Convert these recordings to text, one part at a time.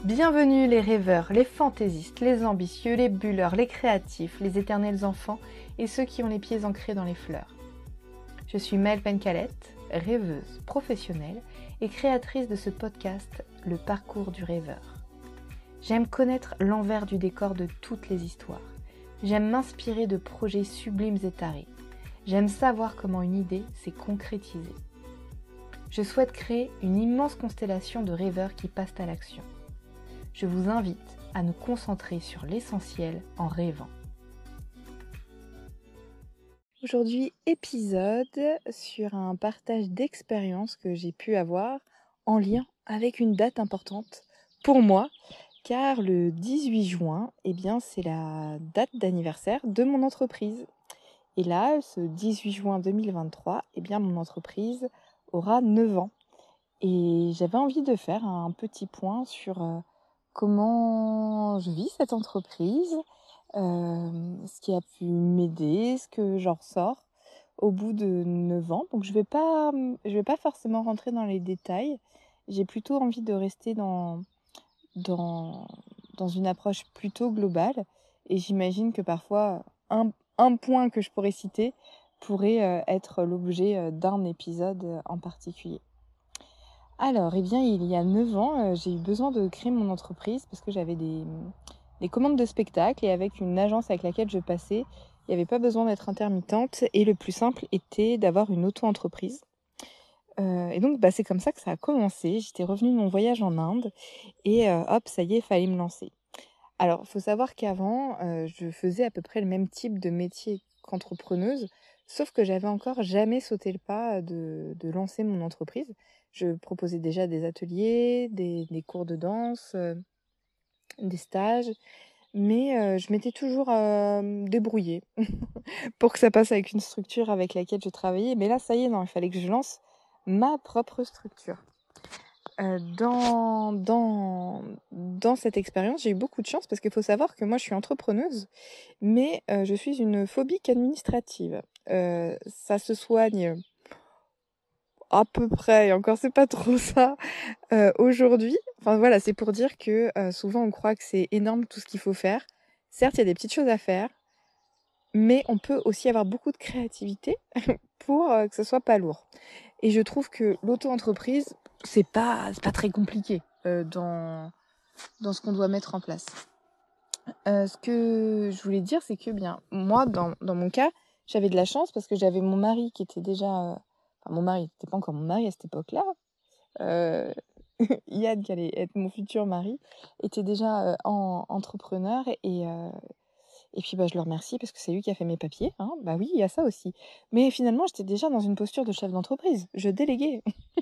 Bienvenue les rêveurs, les fantaisistes, les ambitieux, les bulleurs, les créatifs, les éternels enfants et ceux qui ont les pieds ancrés dans les fleurs. Je suis Maëlle Pencalette, rêveuse professionnelle et créatrice de ce podcast, Le parcours du rêveur. J'aime connaître l'envers du décor de toutes les histoires. J'aime m'inspirer de projets sublimes et tarés. J'aime savoir comment une idée s'est concrétisée. Je souhaite créer une immense constellation de rêveurs qui passent à l'action. Je vous invite à nous concentrer sur l'essentiel en rêvant. Aujourd'hui, épisode sur un partage d'expériences que j'ai pu avoir en lien avec une date importante pour moi, car le 18 juin, c'est la date d'anniversaire de mon entreprise. Et là, ce 18 juin 2023, mon entreprise aura 9 ans. Et j'avais envie de faire un petit point sur comment je vis cette entreprise, ce qui a pu m'aider, ce que j'en ressors au bout de 9 ans. Donc je vais pas forcément rentrer dans les détails. J'ai plutôt envie de rester dans une approche plutôt globale. Et j'imagine que parfois, un point que je pourrais citer pourrait être l'objet d'un épisode en particulier. Alors, il y a 9 ans, j'ai eu besoin de créer mon entreprise parce que j'avais des commandes de spectacles et avec une agence avec laquelle je passais, il n'y avait pas besoin d'être intermittente et le plus simple était d'avoir une auto-entreprise. Et donc, c'est comme ça que ça a commencé. J'étais revenue de mon voyage en Inde et hop, ça y est, il fallait me lancer. Alors, il faut savoir qu'avant, je faisais à peu près le même type de métier qu'entrepreneuse, sauf que j'avais encore jamais sauté le pas de lancer mon entreprise. Je proposais déjà des ateliers, des cours de danse, des stages, mais je m'étais toujours débrouillée pour que ça passe avec une structure avec laquelle je travaillais. Mais là, ça y est, non, il fallait que je lance ma propre structure. Dans cette expérience, j'ai eu beaucoup de chance parce qu'il faut savoir que moi, je suis entrepreneuse, mais je suis une phobique administrative. Ça se soigne à peu près, et encore c'est pas trop ça, aujourd'hui. Enfin voilà, c'est pour dire que souvent on croit que c'est énorme tout ce qu'il faut faire. Certes, il y a des petites choses à faire, mais on peut aussi avoir beaucoup de créativité pour que ce soit pas lourd. Et je trouve que l'auto-entreprise, c'est pas très compliqué dans ce qu'on doit mettre en place. Ce que je voulais dire, c'est que moi, dans mon cas, j'avais de la chance parce que j'avais mon mari qui était déjà... mon mari, c'était pas encore mon mari à cette époque-là. Yann, qui allait être mon futur mari, était déjà entrepreneur et puis je le remercie parce que c'est lui qui a fait mes papiers. Hein. Bah oui, il y a ça aussi. Mais finalement, j'étais déjà dans une posture de chef d'entreprise. Je déléguais.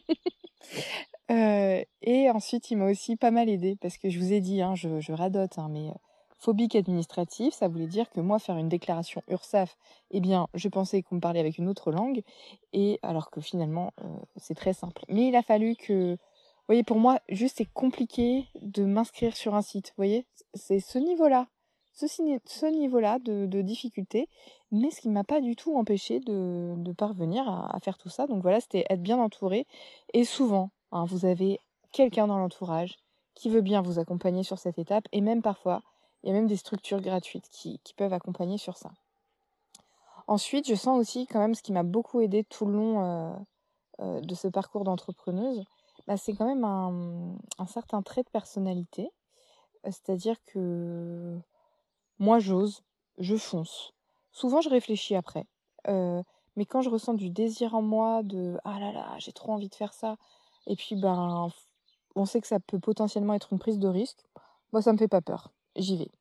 Et ensuite, il m'a aussi pas mal aidée parce que je vous ai dit, je radote, mais phobique administrative, ça voulait dire que moi, faire une déclaration URSSAF, je pensais qu'on me parlait avec une autre langue, et alors que finalement, c'est très simple. Mais il a fallu que... Vous voyez, pour moi, juste c'est compliqué de m'inscrire sur un site. Vous voyez, c'est ce niveau-là, ce niveau-là de difficulté, mais ce qui ne m'a pas du tout empêché de parvenir à faire tout ça. Donc voilà, c'était être bien entouré. Et souvent, vous avez quelqu'un dans l'entourage qui veut bien vous accompagner sur cette étape, et même parfois, il y a même des structures gratuites qui peuvent accompagner sur ça. Ensuite, je sens aussi quand même ce qui m'a beaucoup aidé tout le long de ce parcours d'entrepreneuse, c'est quand même un certain trait de personnalité. C'est-à-dire que moi, j'ose, je fonce. Souvent, je réfléchis après. Mais quand je ressens du désir en moi de «Ah là là, j'ai trop envie de faire ça», et puis on sait que ça peut potentiellement être une prise de risque, moi, ça me fait pas peur. J'y vais.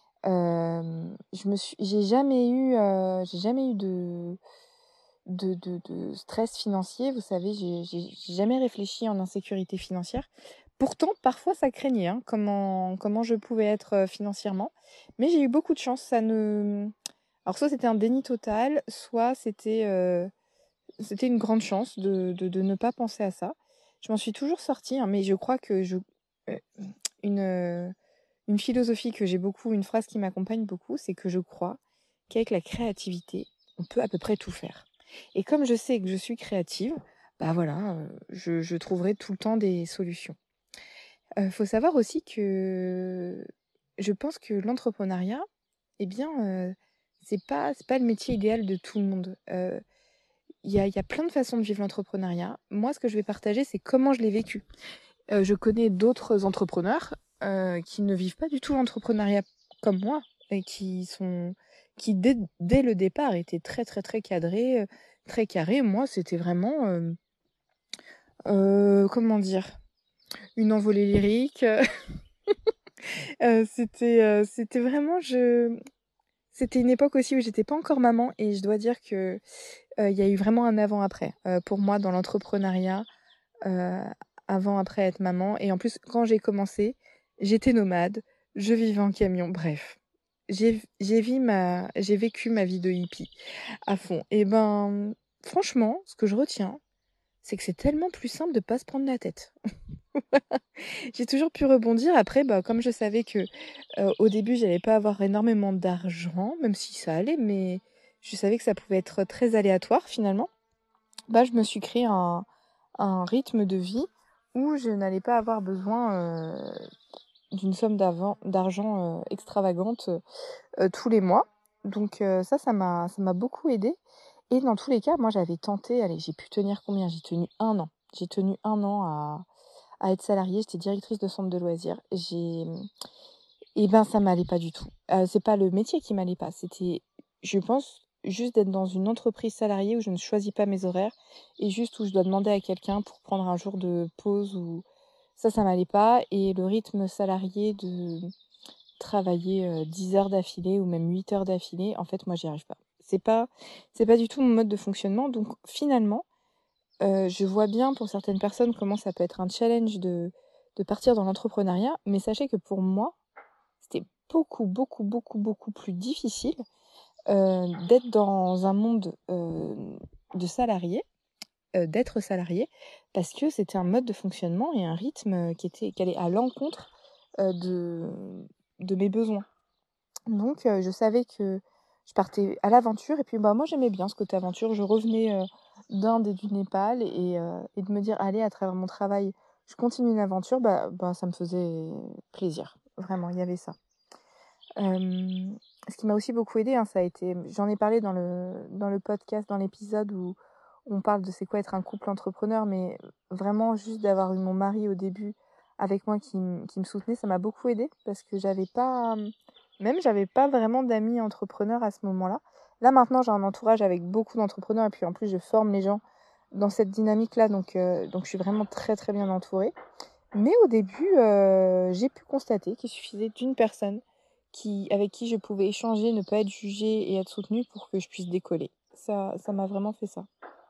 J'ai jamais eu de stress financier. Vous savez, j'ai jamais réfléchi en insécurité financière. Pourtant, parfois, ça craignait, comment je pouvais être financièrement. Mais j'ai eu beaucoup de chance. Alors, soit c'était un déni total, soit c'était une grande chance de ne pas penser à ça. Je m'en suis toujours sortie, mais je crois que euh, une philosophie que j'ai beaucoup, une phrase qui m'accompagne beaucoup, c'est que je crois qu'avec la créativité, on peut à peu près tout faire. Et comme je sais que je suis créative, je trouverai tout le temps des solutions. Faut savoir aussi que je pense que l'entrepreneuriat, eh bien, c'est pas le métier idéal de tout le monde. Il y a plein de façons de vivre l'entrepreneuriat. Moi, ce que je vais partager, c'est comment je l'ai vécu. Je connais d'autres entrepreneurs, qui ne vivent pas du tout l'entrepreneuriat comme moi et qui dès le départ étaient très, très, très cadrés, très carrés. Moi, c'était vraiment, comment dire? Une envolée lyrique, c'était vraiment c'était une époque aussi où j'étais pas encore maman et je dois dire que, il y a eu vraiment un avant-après, pour moi dans l'entrepreneuriat, heu, avant, après être maman et en plus quand j'ai commencé, j'étais nomade, je vivais en camion, bref. J'ai vécu ma vie de hippie à fond et ben, franchement, ce que je retiens, c'est que c'est tellement plus simple de pas se prendre la tête. J'ai toujours pu rebondir après, bah, comme je savais que, au début, j'allais pas avoir énormément d'argent, même si ça allait, mais je savais que ça pouvait être très aléatoire finalement. Bah, je me suis créé un rythme de vie où je n'allais pas avoir besoin, d'une somme d'argent, extravagante, tous les mois. Donc ça m'a beaucoup aidée et dans tous les cas, moi, j'avais tenté allez, j'ai pu tenir combien? J'ai tenu 1 an. J'ai tenu 1 an à être salariée, j'étais directrice de centre de loisirs. Et ben, ça m'allait pas du tout. C'est pas le métier qui m'allait pas, c'était, je pense, juste d'être dans une entreprise salariée où je ne choisis pas mes horaires et juste où je dois demander à quelqu'un pour prendre un jour de pause ou ça m'allait pas et le rythme salarié de travailler, 10 heures d'affilée ou même 8 heures d'affilée, en fait, moi, j'y arrive pas. C'est pas du tout mon mode de fonctionnement donc finalement, je vois bien pour certaines personnes comment ça peut être un challenge de partir dans l'entrepreneuriat, mais sachez que pour moi, c'était beaucoup, beaucoup, beaucoup, beaucoup plus difficile, d'être dans un monde, de salarié, d'être salarié parce que c'était un mode de fonctionnement et un rythme, qui allait à l'encontre, de mes besoins. Donc je savais que je partais à l'aventure et puis, bah, moi j'aimais bien ce côté aventure. Je revenais, d'Inde et du Népal et de me dire: «Allez, à travers mon travail, je continue une aventure», bah, ça me faisait plaisir. Vraiment, il y avait ça. Ce qui m'a aussi beaucoup aidée, hein, ça a été j'en ai parlé dans le podcast, dans l'épisode où on parle de c'est quoi être un couple entrepreneur, mais vraiment juste d'avoir eu mon mari au début avec moi qui me soutenait, ça m'a beaucoup aidée parce que j'avais pas vraiment d'amis entrepreneurs à ce moment-là. Là, maintenant, j'ai un entourage avec beaucoup d'entrepreneurs et puis en plus, je forme les gens dans cette dynamique-là, donc je suis vraiment très, très bien entourée. Mais au début, j'ai pu constater qu'il suffisait d'une personne avec qui je pouvais échanger, ne pas être jugée et être soutenue pour que je puisse décoller. Ça m'a vraiment fait ça.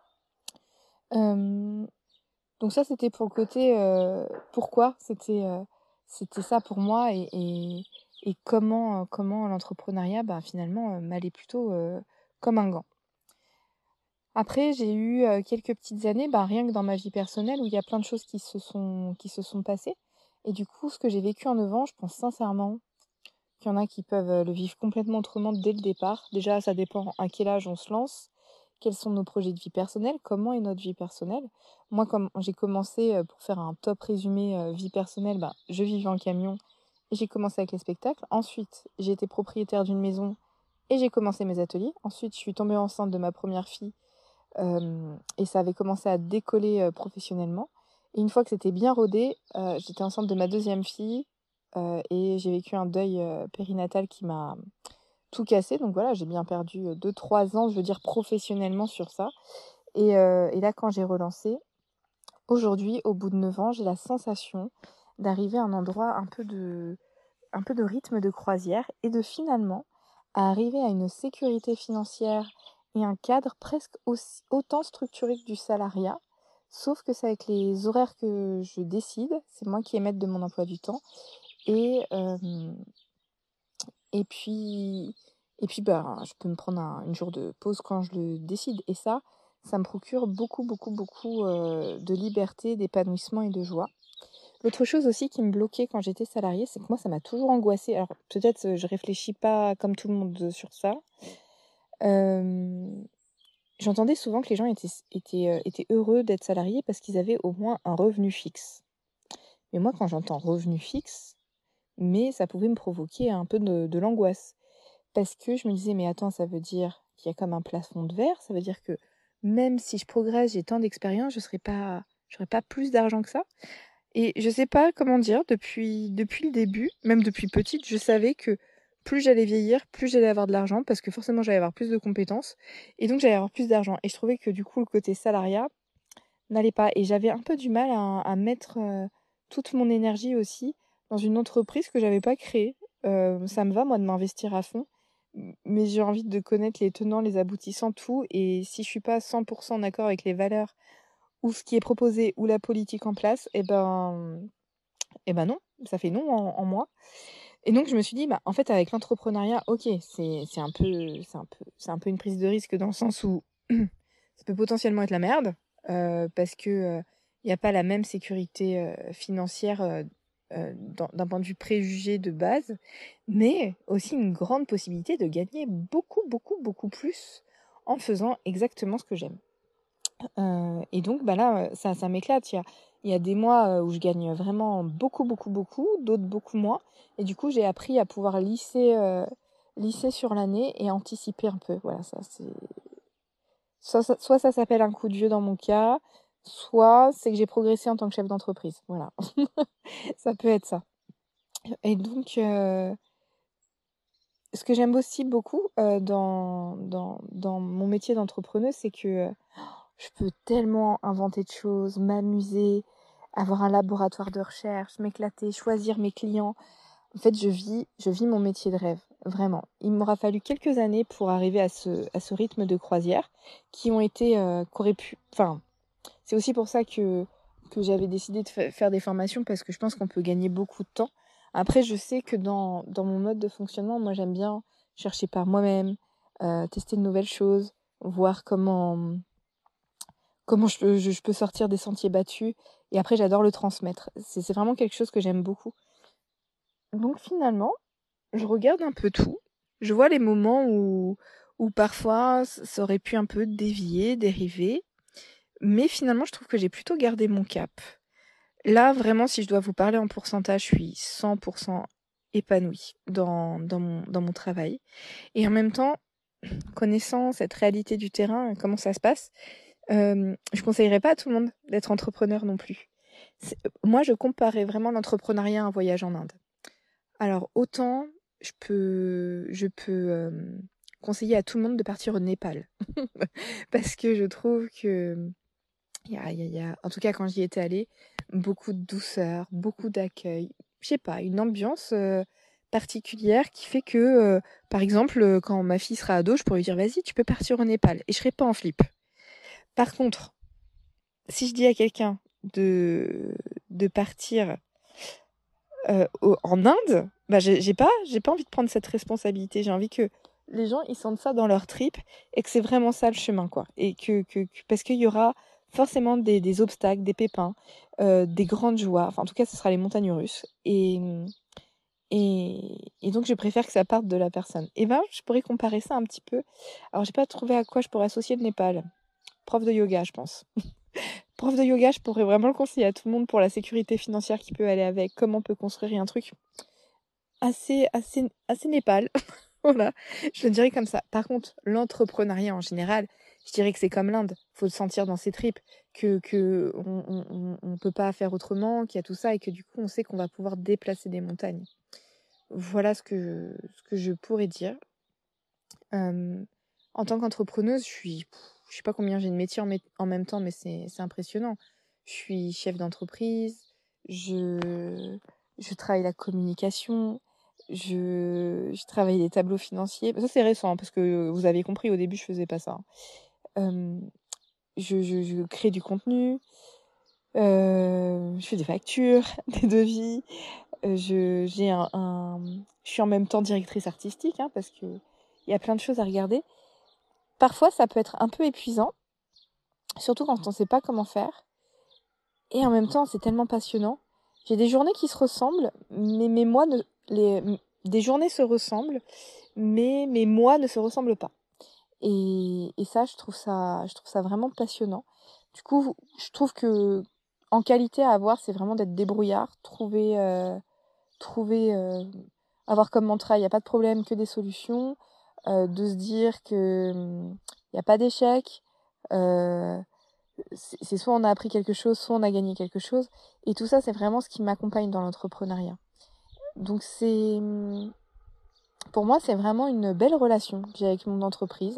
Hem, donc ça, c'était pour le côté, pourquoi c'était ça pour moi et comment l'entrepreneuriat, bah, finalement, m'allait plutôt, comme un gant. Après, j'ai eu, quelques petites années, bah, rien que dans ma vie personnelle où il y a plein de choses qui se sont passées et du coup, ce que j'ai vécu en 9 ans, je pense sincèrement qu'il y en a qui peuvent, le vivre complètement autrement dès le départ. Déjà, ça dépend à quel âge on se lance, quels sont nos projets de vie personnelle, comment est notre vie personnelle. Moi, comme j'ai commencé, pour faire un top résumé, vie personnelle, bah, je vivais en camion et j'ai commencé avec les spectacles. Ensuite, j'ai été propriétaire d'une maison et j'ai commencé mes ateliers. Ensuite, je suis tombée enceinte de ma première fille, et ça avait commencé à décoller, professionnellement et une fois que c'était bien rodé, j'étais enceinte de ma deuxième fille, et j'ai vécu un deuil, périnatal qui m'a tout cassé donc voilà, j'ai bien perdu, 2-3 ans, je veux dire professionnellement sur ça et là quand j'ai relancé, aujourd'hui, au bout de 9 ans, j'ai la sensation d'arriver à un endroit un peu de rythme de croisière et de finalement arriver à une sécurité financière et un cadre presque autant structuré que du salariat. Sauf que c'est avec les horaires que je décide, c'est moi qui est maître de mon emploi du temps. Et, et puis, bah, je peux me prendre une jour de pause quand je le décide. Et ça me procure beaucoup, beaucoup, beaucoup de liberté, d'épanouissement et de joie. L'autre chose aussi qui me bloquait quand j'étais salariée, c'est que moi, ça m'a toujours angoissée. Alors peut-être, je réfléchis pas comme tout le monde, sur ça. Hem, J'entendais souvent que les gens étaient heureux d'être salariés parce qu'ils avaient au moins un revenu fixe. Mais moi, quand j'entends revenu fixe, mais ça pouvait me provoquer un peu de l'angoisse. Parce que je me disais: «Mais attends, ça veut dire qu'il y a comme un plafond de verre? Ça veut dire que même si je progresse, j'ai tant d'expérience, j'aurais pas plus d'argent que ça?» Et je sais pas comment dire, depuis le début, même depuis petite, je savais que plus j'allais vieillir, plus j'allais avoir de l'argent parce que forcément j'allais avoir plus de compétences et donc j'allais avoir plus d'argent. Et je trouvais que du coup le côté salariat n'allait pas et j'avais un peu du mal à mettre toute mon énergie aussi dans une entreprise que j'avais pas créée. Ça me va moi de m'investir à fond, mais j'ai envie de connaître les tenants, les aboutissants, tout. Et si je suis pas 100% d'accord avec les valeurs ou ce qui est proposé ou la politique en place, et ben non, ça fait non en moi. Et donc je me suis dit, bah, en fait, avec l'entrepreneuriat, ok, c'est un peu une prise de risque dans le sens où ça peut potentiellement être la merde, parce que il n'y a pas la même sécurité financière d'un point de vue préjugé de base, mais aussi une grande possibilité de gagner beaucoup, beaucoup, beaucoup plus en faisant exactement ce que j'aime. Et donc, bah là, ça m'éclate. Il y a des mois où je gagne vraiment beaucoup, beaucoup, beaucoup, d'autres beaucoup moins. Et du coup, j'ai appris à pouvoir lisser sur l'année et anticiper un peu. Voilà, ça, c'est... Soit ça s'appelle un coup de vieux dans mon cas, soit c'est que j'ai progressé en tant que chef d'entreprise. Voilà, ça peut être ça. Et donc, ce que j'aime aussi beaucoup dans mon métier d'entrepreneuse, c'est que je peux tellement inventer de choses, m'amuser, avoir un laboratoire de recherche, m'éclater, choisir mes clients. En fait, je vis mon métier de rêve, vraiment. Il m'aura fallu quelques années pour arriver à ce rythme de croisière qui ont été, qu'aurait pu, enfin, c'est aussi pour ça que j'avais décidé de faire des formations parce que je pense qu'on peut gagner beaucoup de temps. Après, je sais que dans mon mode de fonctionnement, moi, j'aime bien chercher par moi-même, tester de nouvelles choses, voir comment je peux sortir des sentiers battus. Et après, j'adore le transmettre. C'est vraiment quelque chose que j'aime beaucoup. Donc finalement, je regarde un peu tout. Je vois les moments où parfois ça aurait pu un peu dévier, dériver. Mais finalement, je trouve que j'ai plutôt gardé mon cap. Là, vraiment, si je dois vous parler en pourcentage, je suis 100% épanouie dans mon travail. Et en même temps, connaissant cette réalité du terrain, comment ça se passe, je conseillerais pas à tout le monde d'être entrepreneur non plus. Moi, je comparais vraiment l'entrepreneuriat à un voyage en Inde. Alors, autant je peux conseiller à tout le monde de partir au Népal. Parce que je trouve que en tout cas quand j'y étais allée, beaucoup de douceur, beaucoup d'accueil. Je sais pas, une ambiance particulière qui fait que, par exemple, quand ma fille sera ado, je pourrais lui dire vas-y, tu peux partir au Népal et je serai pas en flip. Par contre, si je dis à quelqu'un de partir en Inde, bah j'ai pas envie de prendre cette responsabilité. J'ai envie que les gens ils sentent ça dans leur trip et que c'est vraiment ça le chemin quoi. Et parce qu'il y aura forcément des obstacles, des pépins, des grandes joies. Enfin en tout cas ce sera les montagnes russes. Et donc je préfère que ça parte de la personne. Et ben je pourrais comparer ça un petit peu. Alors j'ai pas trouvé à quoi je pourrais associer le Népal. Prof de yoga je pense. Prof de yoga, je pourrais vraiment le conseiller à tout le monde pour la sécurité financière qui peut aller avec, comment on peut construire un truc assez Népal. Voilà, je le dirais comme ça. Par contre, l'entrepreneuriat en général, je dirais que c'est comme l'Inde. Faut le sentir dans ses tripes, que on peut pas faire autrement, qu'il y a tout ça et que du coup, on sait qu'on va pouvoir déplacer des montagnes. Voilà ce que je pourrais dire. En tant qu'entrepreneuse, je sais pas combien j'ai de métiers en même temps, mais c'est impressionnant. Je suis chef d'entreprise, je travaille la communication, je travaille les tableaux financiers. Ça, c'est récent, hein, parce que vous avez compris, au début, je faisais pas ça. Hein. Je crée du contenu, je fais des factures, des devis. Je suis en même temps directrice artistique, hein, parce que il y a plein de choses à regarder. Parfois, ça peut être un peu épuisant, surtout quand on ne sait pas comment faire. Et en même temps, c'est tellement passionnant. J'ai des journées qui se ressemblent, mais mes mois des journées se ressemblent, mais mes mois ne se ressemblent pas. Et ça, je trouve ça vraiment passionnant. Du coup, je trouve que en qualité à avoir, c'est vraiment d'être débrouillard, trouver, avoir comme mantra, il y a pas de problème, que des solutions, de se dire que, il y a pas d'échec, heu, c'est soit on a appris quelque chose, soit on a gagné quelque chose et tout ça, c'est vraiment ce qui m'accompagne dans l'entrepreneuriat. Donc pour moi, c'est vraiment une belle relation que j'ai avec mon entreprise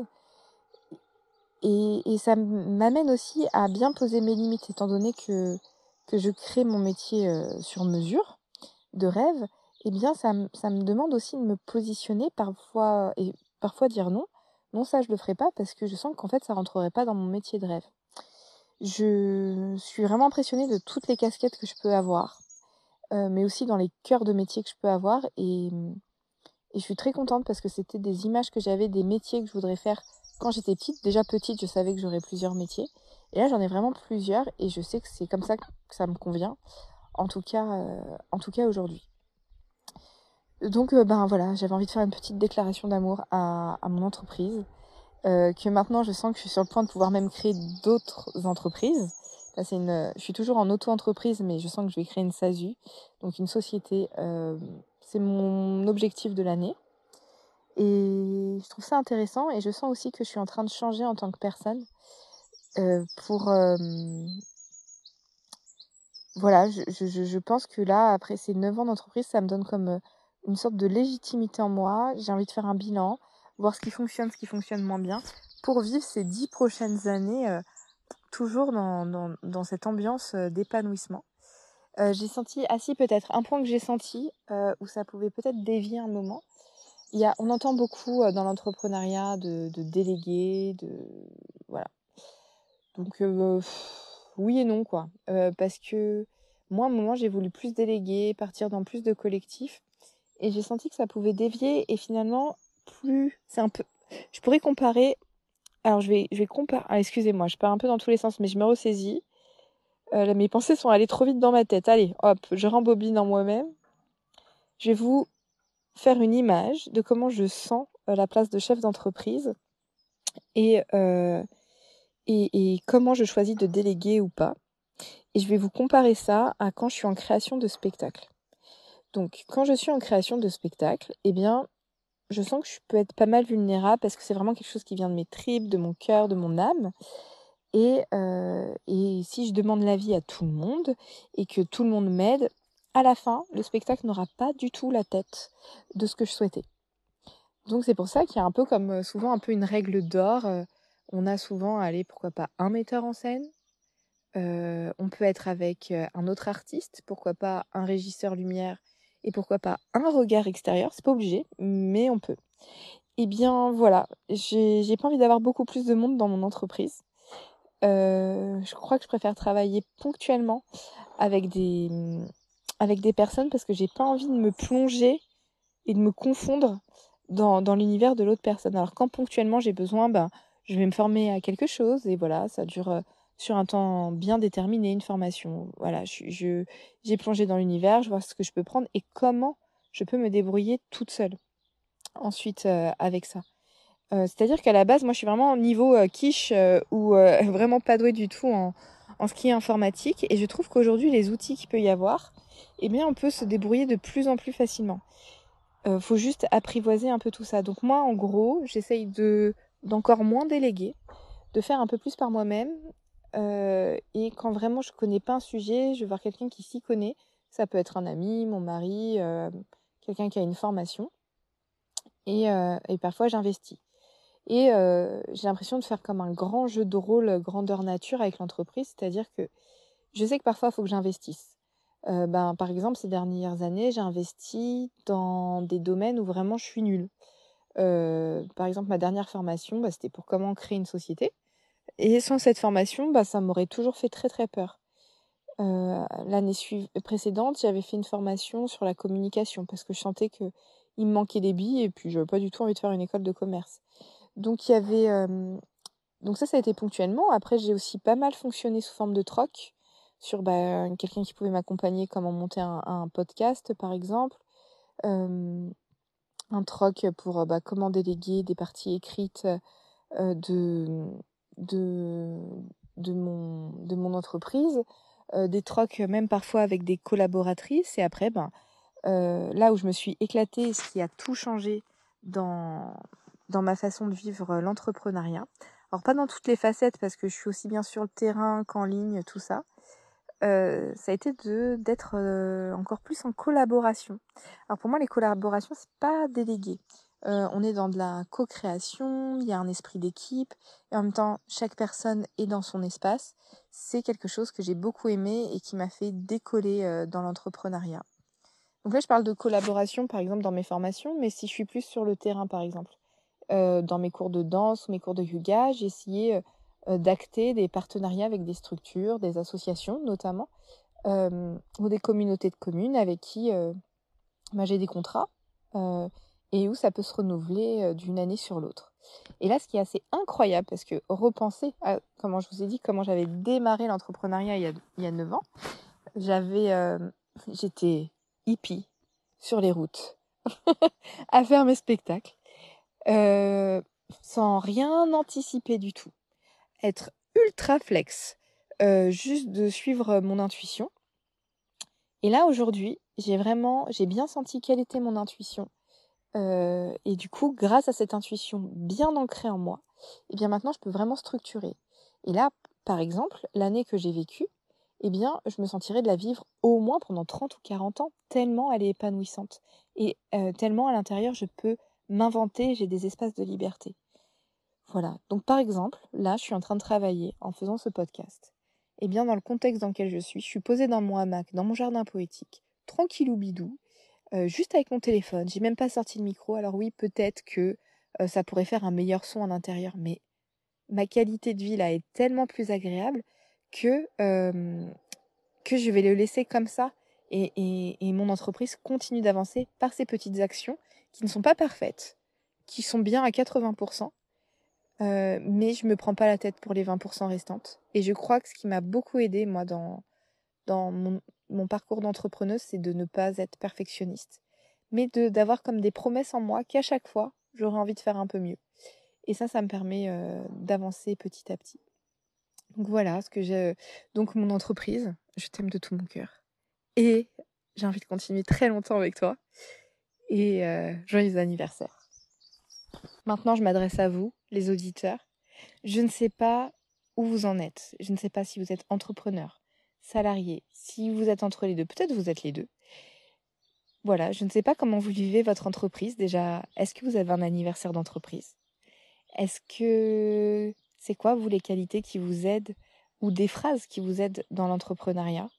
et ça m'amène aussi à bien poser mes limites étant donné que je crée mon métier, sur mesure, de rêve, eh bien ça me demande aussi de me positionner parfois et parfois dire non. Non, ça je le ferai pas parce que je sens qu'en fait ça rentrerait pas dans mon métier de rêve. Je suis vraiment impressionnée de toutes les casquettes que je peux avoir, mais aussi dans les cœurs de métier que je peux avoir et je suis très contente parce que c'était des images que j'avais des métiers que je voudrais faire quand j'étais petite. Déjà petite, je savais que j'aurais plusieurs métiers et là j'en ai vraiment plusieurs et je sais que c'est comme ça que ça me convient, en tout cas aujourd'hui. Donc ben, voilà, j'avais envie de faire une petite déclaration d'amour à mon entreprise, que maintenant je sens que je suis sur le point de pouvoir même créer d'autres entreprises. Là, je suis toujours en auto-entreprise, mais je sens que je vais créer une SASU, donc une société. C'est mon objectif de l'année. Et je trouve ça intéressant et je sens aussi que je suis en train de changer en tant que personne. Pour voilà, je pense que là, après ces 9 ans d'entreprise, ça me donne comme une sorte de légitimité en moi. J'ai envie de faire un bilan, voir ce qui fonctionne moins bien, pour vivre ces 10 prochaines années toujours dans cette ambiance d'épanouissement. J'ai senti, ah si peut-être, un point que j'ai senti où ça pouvait peut-être dévier un moment. On entend beaucoup dans l'entrepreneuriat de déléguer, voilà. Donc oui et non quoi. Parce que moi, à un moment, j'ai voulu plus déléguer, partir dans plus de collectifs. Et j'ai senti que ça pouvait dévier. Et finalement, c'est un peu... Je pourrais comparer... Alors je vais comparer... Ah, excusez-moi, je pars un peu dans tous les sens, mais je me ressaisis. Là, mes pensées sont allées trop vite dans ma tête. Allez, hop, je rembobine en moi-même. Je vais vous faire une image de comment je sens la place de chef d'entreprise et, euh, et comment je choisis de déléguer ou pas. Et je vais vous comparer ça à quand je suis en création de spectacle. Donc, quand je suis en création de spectacle, eh bien, je sens que je peux être pas mal vulnérable parce que c'est vraiment quelque chose qui vient de mes tripes, de mon cœur, de mon âme. Et si je demande l'avis à tout le monde et que tout le monde m'aide, à la fin, le spectacle n'aura pas du tout la tête de ce que je souhaitais. Donc c'est pour ça qu'il y a un peu comme souvent un peu une règle d'or. On a souvent, allez, pourquoi pas un metteur en scène. On peut être avec un autre artiste, pourquoi pas un régisseur lumière et pourquoi pas un regard extérieur. C'est pas obligé, mais on peut. Eh bien voilà, j'ai pas envie d'avoir beaucoup plus de monde dans mon entreprise. Je crois que je préfère travailler ponctuellement avec avec des personnes parce que j'ai pas envie de me plonger et de me confondre dans l'univers de l'autre personne. Alors quand ponctuellement j'ai besoin, ben, je vais me former à quelque chose et voilà, ça dure sur un temps bien déterminé, une formation. Voilà, j'ai plongé dans l'univers, je vois ce que je peux prendre et comment je peux me débrouiller toute seule ensuite avec ça. C'est-à-dire qu'à la base, moi je suis vraiment au niveau quiche ou vraiment pas douée du tout en ce qui est informatique et je trouve qu'aujourd'hui les outils qu'il peut y avoir, eh bien on peut se débrouiller de plus en plus facilement. Faut juste apprivoiser un peu tout ça. Donc moi, en gros, j'essaye d'encore moins déléguer, de faire un peu plus par moi-même. Et quand vraiment je connais pas un sujet, je vais voir quelqu'un qui s'y connaît. Ça peut être un ami, mon mari, quelqu'un qui a une formation. Et parfois, j'investis. Et j'ai l'impression de faire comme un grand jeu de rôle grandeur nature avec l'entreprise. C'est-à-dire que je sais que parfois, il faut que j'investisse. Ben, par exemple, ces dernières années, j'ai investi dans des domaines où vraiment je suis nulle. Par exemple, ma dernière formation, bah, c'était pour comment créer une société. Et sans cette formation, bah, ça m'aurait toujours fait très très peur. L'année précédente, j'avais fait une formation sur la communication parce que je sentais que il me manquait des billes et puis j'avais pas du tout envie de faire une école de commerce. Donc il y avait donc ça a été ponctuellement. Après, j'ai aussi pas mal fonctionné sous forme de troc sur bah, quelqu'un qui pouvait m'accompagner, comment monter un podcast, par exemple. Euh, un troc pour bah, comment déléguer des parties écrites euh, de, de, de mon entreprise. des trocs même parfois avec des collaboratrices. Et après, là où je me suis éclatée, ce qui a tout changé dans ma façon de vivre l'entrepreneuriat. Alors pas dans toutes les facettes parce que je suis aussi bien sur le terrain qu'en ligne, tout ça. Ça a été d'être encore plus en collaboration. Alors pour moi, les collaborations, c'est pas délégué. On est dans de la co-création, il y a un esprit d'équipe, et en même temps, chaque personne est dans son espace. C'est quelque chose que j'ai beaucoup aimé et qui m'a fait décoller dans l'entrepreneuriat. Donc là, je parle de collaboration, par exemple, dans mes formations, mais si je suis plus sur le terrain, par exemple, dans mes cours de danse ou mes cours de yoga, j'ai essayé d'acter des partenariats avec des structures, des associations notamment, ou des communautés de communes avec qui j'ai des contrats et où ça peut se renouveler d'une année sur l'autre. Et là, ce qui est assez incroyable, parce que repenser à, comment je vous ai dit, comment j'avais démarré l'entrepreneuriat il y a 9 ans, j'étais hippie sur les routes à faire mes spectacles, sans rien anticiper du tout. Être ultra flex, juste de suivre mon intuition. Et là, aujourd'hui, j'ai bien senti quelle était mon intuition. Et du coup, grâce à cette intuition bien ancrée en moi, et bien maintenant, je peux vraiment structurer. Et là, par exemple, l'année que j'ai vécue, eh bien, je me sentirais de la vivre au moins pendant 30 ou 40 ans, tellement elle est épanouissante. Et tellement à l'intérieur, je peux m'inventer, j'ai des espaces de liberté. Voilà. Donc, par exemple, là, je suis en train de travailler en faisant ce podcast. Eh bien, dans le contexte dans lequel je suis posée dans mon hamac, dans mon jardin poétique, tranquillou bidou, juste avec mon téléphone. J'ai même pas sorti le micro. Alors oui, peut-être que ça pourrait faire un meilleur son à l'intérieur, mais ma qualité de vie là est tellement plus agréable que je vais le laisser comme ça. Et mon entreprise continue d'avancer par ces petites actions qui ne sont pas parfaites, qui sont bien à 80%, mais je me prends pas la tête pour les 20% restantes. Et je crois que ce qui m'a beaucoup aidée, moi, dans mon parcours d'entrepreneuse, c'est de ne pas être perfectionniste, mais d'avoir comme des promesses en moi qu'à chaque fois, j'aurais envie de faire un peu mieux. Et ça me permet d'avancer petit à petit. Donc voilà, donc mon entreprise, je t'aime de tout mon cœur. Et j'ai envie de continuer très longtemps avec toi. Et joyeux anniversaire. Maintenant, je m'adresse à vous, les auditeurs. Je ne sais pas où vous en êtes. Je ne sais pas si vous êtes entrepreneur, salarié, si vous êtes entre les deux. Peut-être vous êtes les deux. Voilà, je ne sais pas comment vous vivez votre entreprise. Déjà, est-ce que vous avez un anniversaire d'entreprise? C'est quoi, vous, les qualités qui vous aident ou des phrases qui vous aident dans l'entrepreneuriat?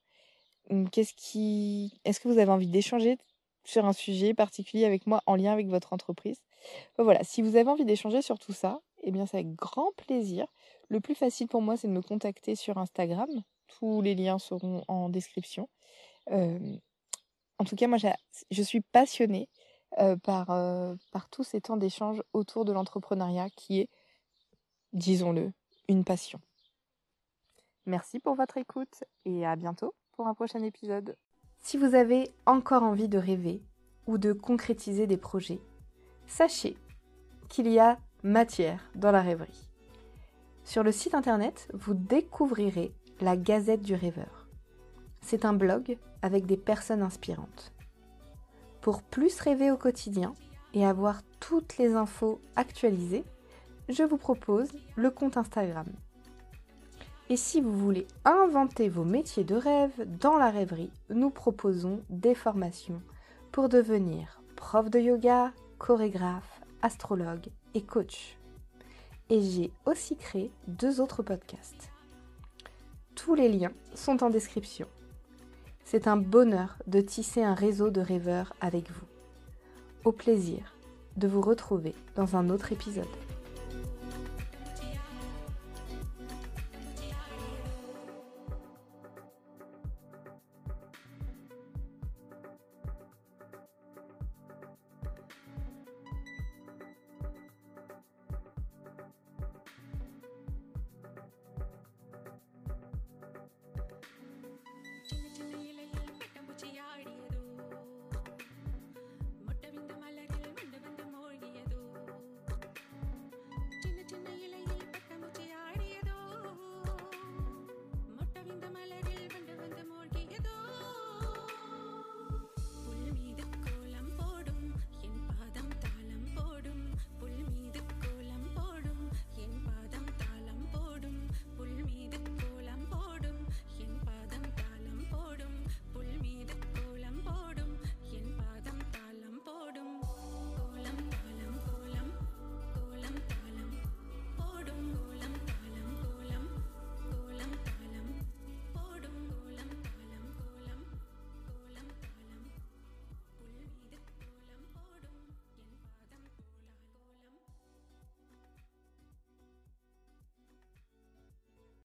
Est-ce que vous avez envie d'échanger sur un sujet particulier avec moi en lien avec votre entreprise? Voilà, si vous avez envie d'échanger sur tout ça, eh bien, c'est avec grand plaisir. Le plus facile pour moi, c'est de me contacter sur Instagram. Tous les liens seront en description. En tout cas, moi, je suis passionnée par tous ces temps d'échange autour de l'entrepreneuriat qui est, disons-le, une passion. Merci pour votre écoute et à bientôt pour un prochain épisode. Si vous avez encore envie de rêver ou de concrétiser des projets, sachez qu'il y a matière dans la rêverie. Sur le site internet, vous découvrirez la Gazette du rêveur. C'est un blog avec des personnes inspirantes. Pour plus rêver au quotidien et avoir toutes les infos actualisées, je vous propose le compte Instagram. Et si vous voulez inventer vos métiers de rêve dans la rêverie, nous proposons des formations pour devenir prof de yoga, chorégraphe, astrologue et coach. Et j'ai aussi créé 2 autres podcasts. Tous les liens sont en description. C'est un bonheur de tisser un réseau de rêveurs avec vous. Au plaisir de vous retrouver dans un autre épisode.